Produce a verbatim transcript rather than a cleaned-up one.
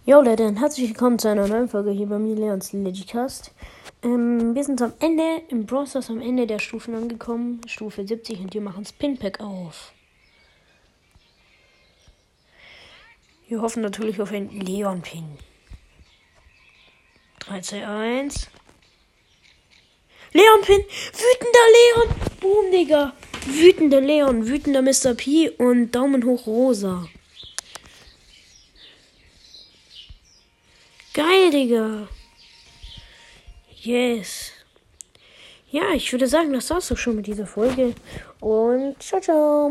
Jo Leute, herzlich willkommen zu einer neuen Folge hier bei mir, Leons Legicast. Ähm, wir sind am Ende, im Brawl Stars am Ende der Stufen angekommen, Stufe siebzig, und wir machen Spin-Pack auf. Wir hoffen natürlich auf einen Leon-Pin. drei, zwei, eins. Leon-Pin! Wütender Leon! Boom, Digga! Wütender Leon, wütender Mister P und Daumen hoch Rosa. Geil, Digga! Yes! Ja, ich würde sagen, das war's doch schon mit dieser Folge. Und ciao, ciao!